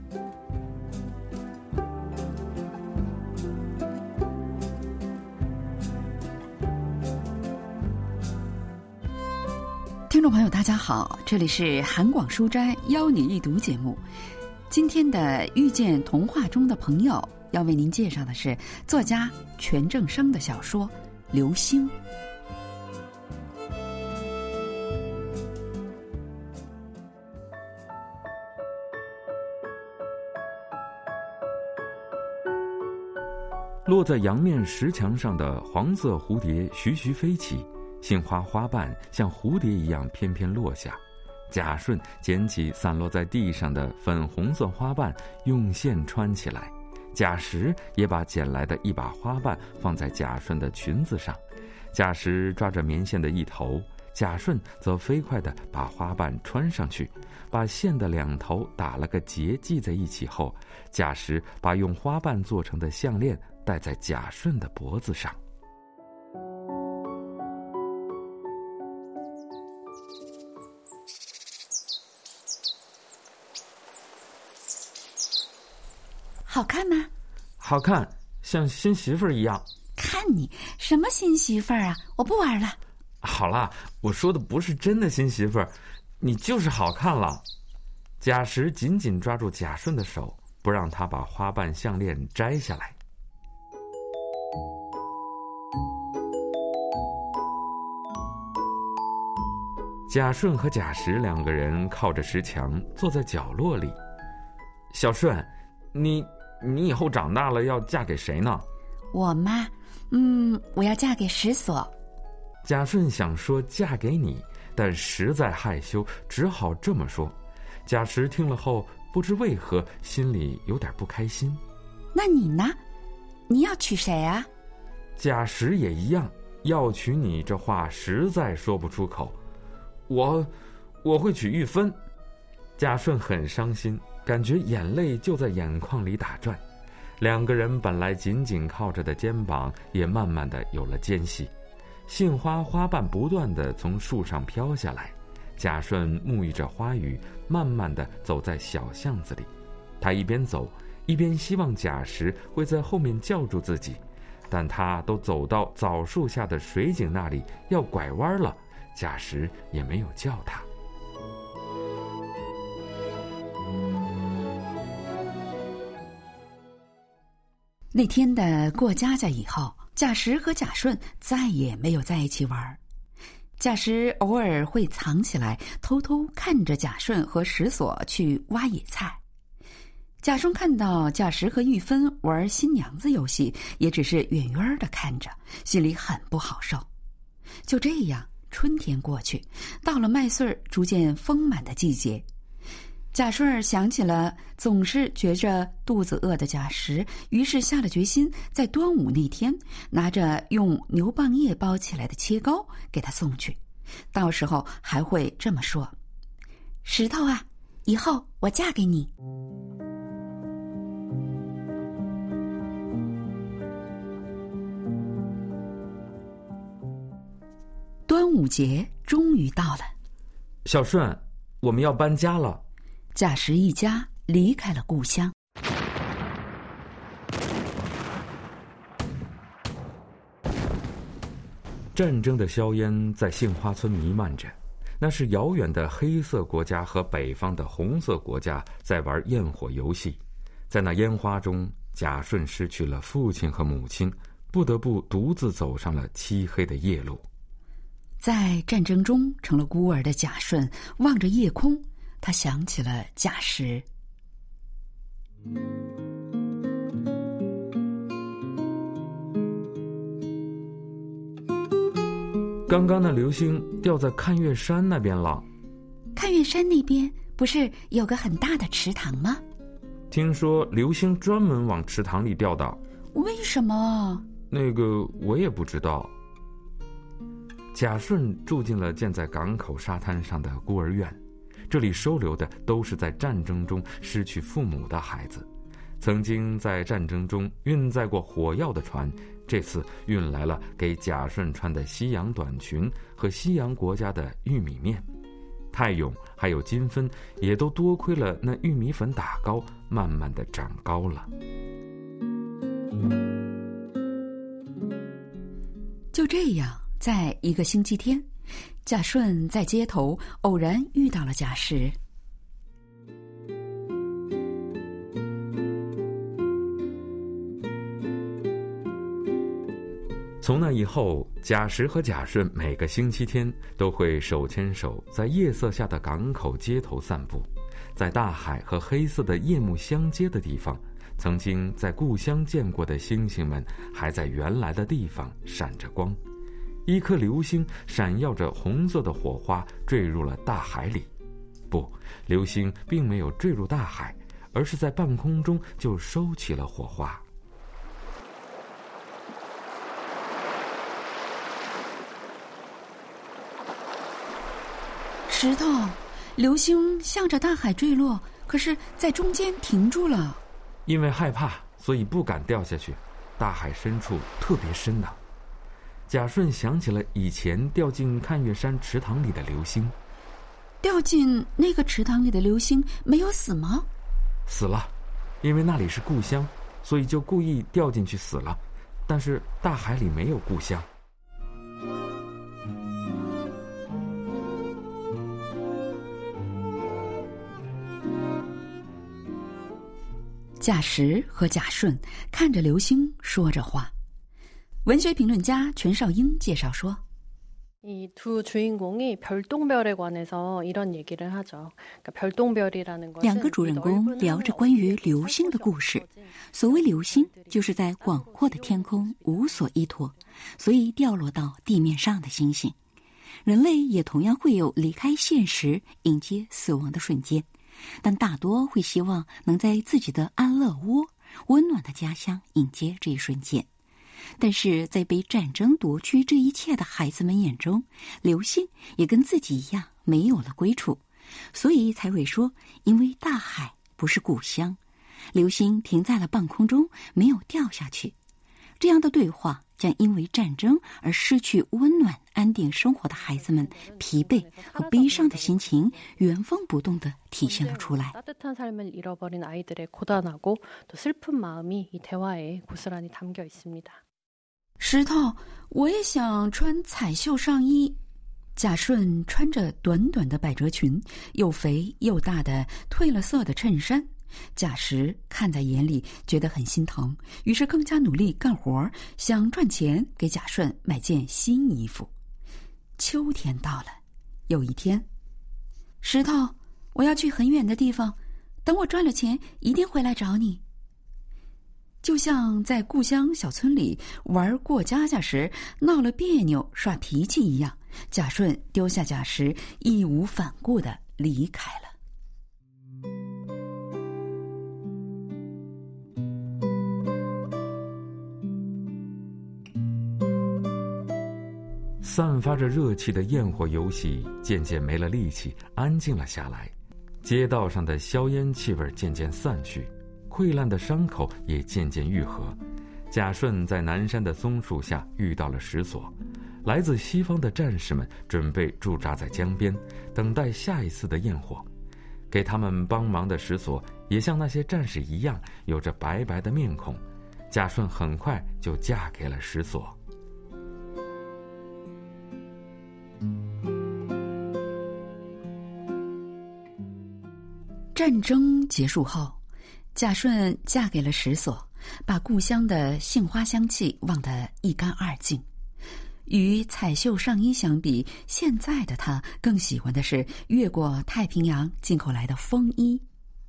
听众朋友大家好，这里是韩广书斋邀你一读节目。今天的遇见童话中的朋友要为您介绍的是作家全正生的小说《流星》。 落在阳面石墙上的黄色蝴蝶徐徐飞起，杏花花瓣像蝴蝶一样翩翩落下。贾顺捡起散落在地上的粉红色花瓣，用线穿起来。贾石也把捡来的一把花瓣放在贾顺的裙子上。贾石抓着棉线的一头，贾顺则飞快地把花瓣穿上去，把线的两头打了个结系在一起后，贾石把用花瓣做成的项链戴在贾顺的脖子上。 好看吗？ 好看，像新媳妇儿一样。 看你什么新媳妇儿啊，我不玩了。 好啦，我说的不是真的新媳妇儿，你就是好看了。贾石紧紧抓住贾顺的手，不让他把花瓣项链摘下来。贾顺和贾石两个人靠着石墙坐在角落里。小顺，你以后长大了要嫁给谁呢？ 我吗？我要嫁给石所。 贾顺想说嫁给你，但实在害羞，只好这么说。贾石听了后，不知为何心里有点不开心。 那你呢？你要娶谁啊？ 贾石也一样，要娶你这话实在说不出口。我会娶玉芬。贾顺很伤心，感觉眼泪就在眼眶里打转。两个人本来紧紧靠着的肩膀也慢慢的有了间隙。杏花花瓣不断的从树上飘下来，贾顺沐浴着花雨，慢慢的走在小巷子里。他一边走一边希望贾石会在后面叫住自己，但他都走到枣树下的水井那里要拐弯了，贾石也没有叫他。 那天的过家家以后，贾石和贾顺再也没有在一起玩。贾石偶尔会藏起来，偷偷看着贾顺和石所去挖野菜。贾顺看到贾石和玉芬玩新娘子游戏，也只是远远的看着，心里很不好受。就这样，春天过去，到了麦穗逐渐丰满的季节。贾顺想起了总是觉着肚子饿的贾石，于是下了决心，在端午那天拿着用牛蒡叶包起来的切糕给他送去，到时候还会这么说：石头啊，以后我嫁给你。端午节终于到了。 小顺，我们要搬家了。 贾石一家离开了故乡。 战争的硝烟在杏花村弥漫着，那是遥远的黑色国家和北方的红色国家在玩焰火游戏。在那烟花中，贾顺失去了父亲和母亲，不得不独自走上了漆黑的夜路。 在战争中成了孤儿的贾顺望着夜空，他想起了贾石。 刚刚的流星掉在看月山那边了。 看月山那边不是有个很大的池塘吗？ 听说流星专门往池塘里掉的。 为什么？ 那个我也不知道。贾顺住进了建在港口沙滩上的孤儿院，这里收留的都是在战争中失去父母的孩子。曾经在战争中运载过火药的船，这次运来了给贾顺穿的西洋短裙和西洋国家的玉米面。 泰永还有金分也都多亏了那玉米粉打糕，慢慢的长高了。 就这样，在一个星期天，贾顺在街头偶然遇到了贾石。 从那以后，贾石和贾顺每个星期天都会手牵手在夜色下的港口街头散步，在大海和黑色的夜幕相接的地方，曾经在故乡见过的星星们还在原来的地方闪着光。一颗流星闪耀着红色的火花坠入了大海里。不，流星并没有坠入大海，而是在半空中就收起了火花。 石头，流星向着大海坠落，可是在中间停住了。 因为害怕，所以不敢掉下去。大海深处特别深呐。贾顺想起了以前掉进看月山池塘里的流星。 掉进那个池塘里的流星没有死吗？ 死了，因为那里是故乡，所以就故意掉进去死了。但是大海里没有故乡。 贾石和贾顺看着流星说着话。文学评论家全少英介绍说， 이 두 주인공이 별똥별에 관해서 이런 얘기를 하죠. 그러니까 별똥별이라는 것은 两个主人公聊着关于流星的故事。所谓流星，就是在广阔的天空无所依托，所以掉落到地面上的星星。人类也同样会有离开现实、迎接死亡的瞬间，但大多会希望能在自己的安乐窝、温暖的家乡迎接这一瞬间。但是在被战争夺去这一切的孩子们眼中，流星也跟自己一样没有了归处，所以才会说，因为大海不是故乡，流星停在了半空中，没有掉下去。这样的对话将因为战争而失去温暖安定生活的孩子们疲惫和悲伤的心情原封不动地体现了出来。 따뜻한 삶을 잃어버린 아이들의 고단하고 또 슬픈 마음이 이 대화에 고스란히 담겨 있습니다. 石头，我也想穿彩绣上衣。贾顺穿着短短的百褶裙，又肥又大的褪了色的衬衫。贾石看在眼里，觉得很心疼，于是更加努力干活，想赚钱给贾顺买件新衣服。秋天到了，有一天，石头，我要去很远的地方，等我赚了钱，一定回来找你。就像在故乡小村里玩过家家时闹了别扭耍脾气一样，贾顺丢下贾石，义无反顾地离开了。 散发着热气的焰火游戏渐渐没了力气，安静了下来。街道上的硝烟气味渐渐散去，溃烂的伤口也渐渐愈合。贾顺在南山的松树下遇到了石锁，来自西方的战士们准备驻扎在江边，等待下一次的焰火。给他们帮忙的石锁也像那些战士一样，有着白白的面孔。贾顺很快就嫁给了石锁。 战争结束后，贾顺嫁给了石锁，把故乡的杏花香气忘得一干二净。与彩绣上衣相比，现在的她更喜欢的是越过太平洋进口来的风衣。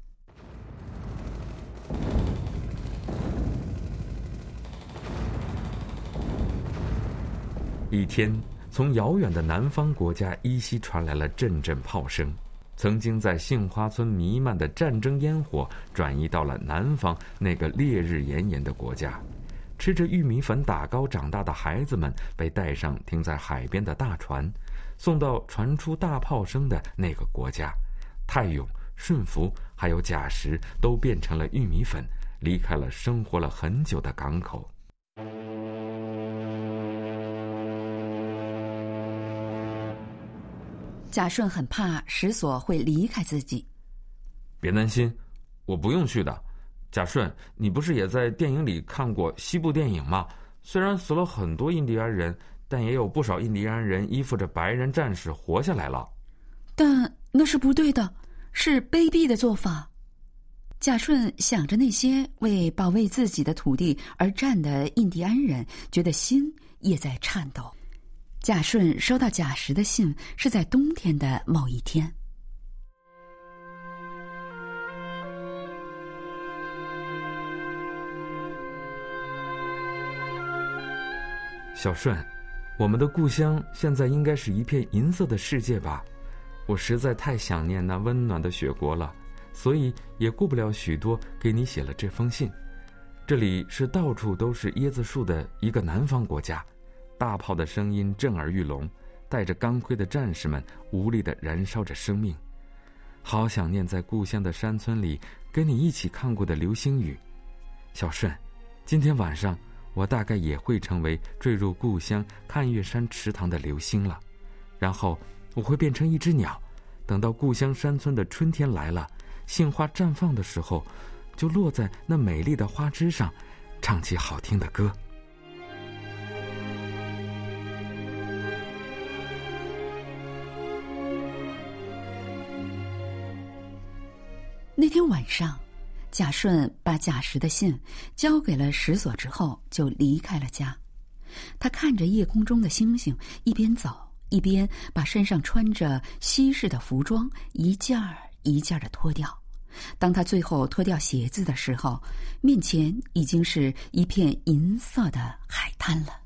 一天，从遥远的南方国家依稀传来了阵阵炮声。曾经在杏花村弥漫的战争烟火转移到了南方那个烈日炎炎的国家。吃着玉米粉打糕长大的孩子们被带上停在海边的大船，送到传出大炮声的那个国家。泰永、顺福还有贾石都变成了玉米粉，离开了生活了很久的港口。 贾顺很怕石所会离开自己。 别担心，我不用去的。贾顺，你不是也在电影里看过西部电影吗？虽然死了很多印第安人，但也有不少印第安人依附着白人战士活下来了。 但那是不对的，是卑鄙的做法。贾顺想着那些为保卫自己的土地而战的印第安人，觉得心也在颤抖。贾顺收到贾石的信是在冬天的某一天。 小顺，我们的故乡现在应该是一片银色的世界吧？我实在太想念那温暖的雪国了，所以也顾不了许多，给你写了这封信。这里是到处都是椰子树的一个南方国家，大炮的声音震耳欲聋，带着钢盔的战士们无力地燃烧着生命。好想念在故乡的山村里跟你一起看过的流星雨。小顺，今天晚上我大概也会成为坠入故乡看月山池塘的流星了，然后我会变成一只鸟，等到故乡山村的春天来了，杏花绽放的时候，就落在那美丽的花枝上，唱起好听的歌。 那天晚上，贾顺把贾石的信交给了石所之后，就离开了家。他看着夜空中的星星，一边走一边把身上穿着西式的服装一件儿一件的脱掉。当他最后脱掉鞋子的时候，面前已经是一片银色的海滩了。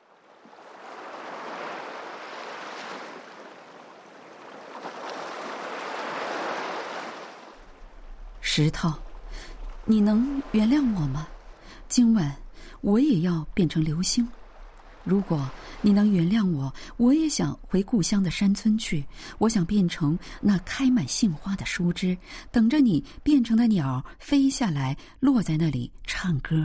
石头，你能原谅我吗？今晚我也要变成流星。如果你能原谅我，我也想回故乡的山村去。我想变成那开满杏花的树枝，等着你变成的鸟飞下来，落在那里唱歌。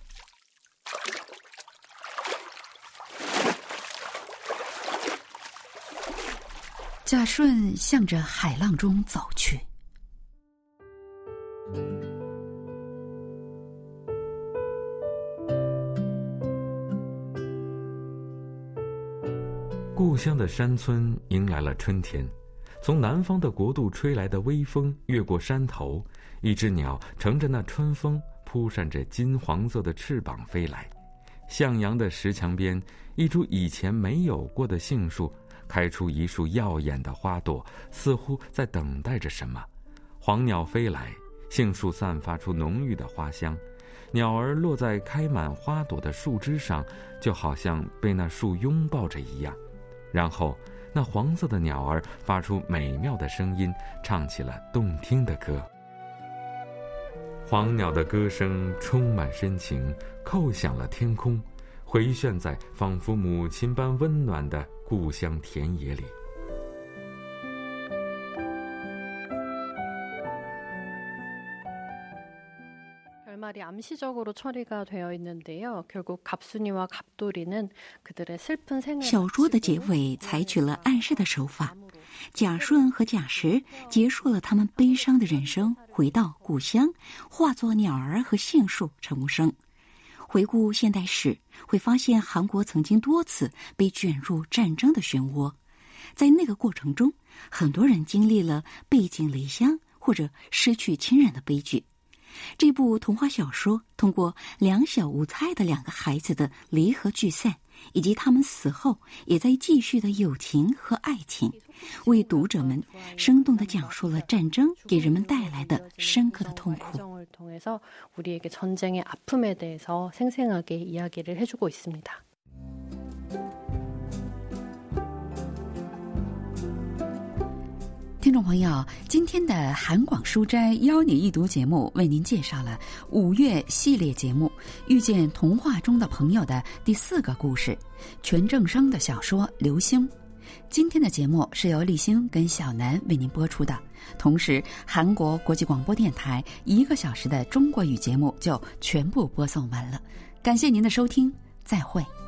贾顺向着海浪中走去。 故乡的山村迎来了春天，从南方的国度吹来的微风越过山头，一只鸟乘着那春风，扑扇着金黄色的翅膀飞来。向阳的石墙边，一株以前没有过的杏树开出一束耀眼的花朵，似乎在等待着什么。黄鸟飞来，杏树散发出浓郁的花香，鸟儿落在开满花朵的树枝上，就好像被那树拥抱着一样。然后那黄色的鸟儿发出美妙的声音，唱起了动听的歌。黄鸟的歌声充满深情，叩响了天空，回旋在仿佛母亲般温暖的故乡田野里。 결말이 암시적으로 처리가 되어 있는데요. 결국 갑순이와 갑돌이는 그들의 슬픈 생을 小说的结尾采取了暗示的手法，贾顺和贾石结束了他们悲伤的人生，回到故乡，化作鸟儿和杏树重生。回顾现代史，会发现韩国曾经多次被卷入战争的漩涡，在那个过程中，很多人经历了背井离乡或者失去亲人的悲剧。这部童话小说通过两小无猜的两个孩子的离合聚散，以及他们死后也在继续的友情和爱情，为读者们生动地讲述了战争给人们带来的深刻的痛苦。 우리에게 전쟁의 아픔에 대해서 생생하게 이야기를 해주고 있습니다. 听众朋友，今天的韩广书斋邀你一读节目为您介绍了5月系列节目《遇见童话中的朋友》的第4个故事，全正生的小说《流星》。今天的节目是由立新跟小南为您播出的，同时韩国国际广播电台1个小时的中国语节目就全部播送完了。感谢您的收听，再会。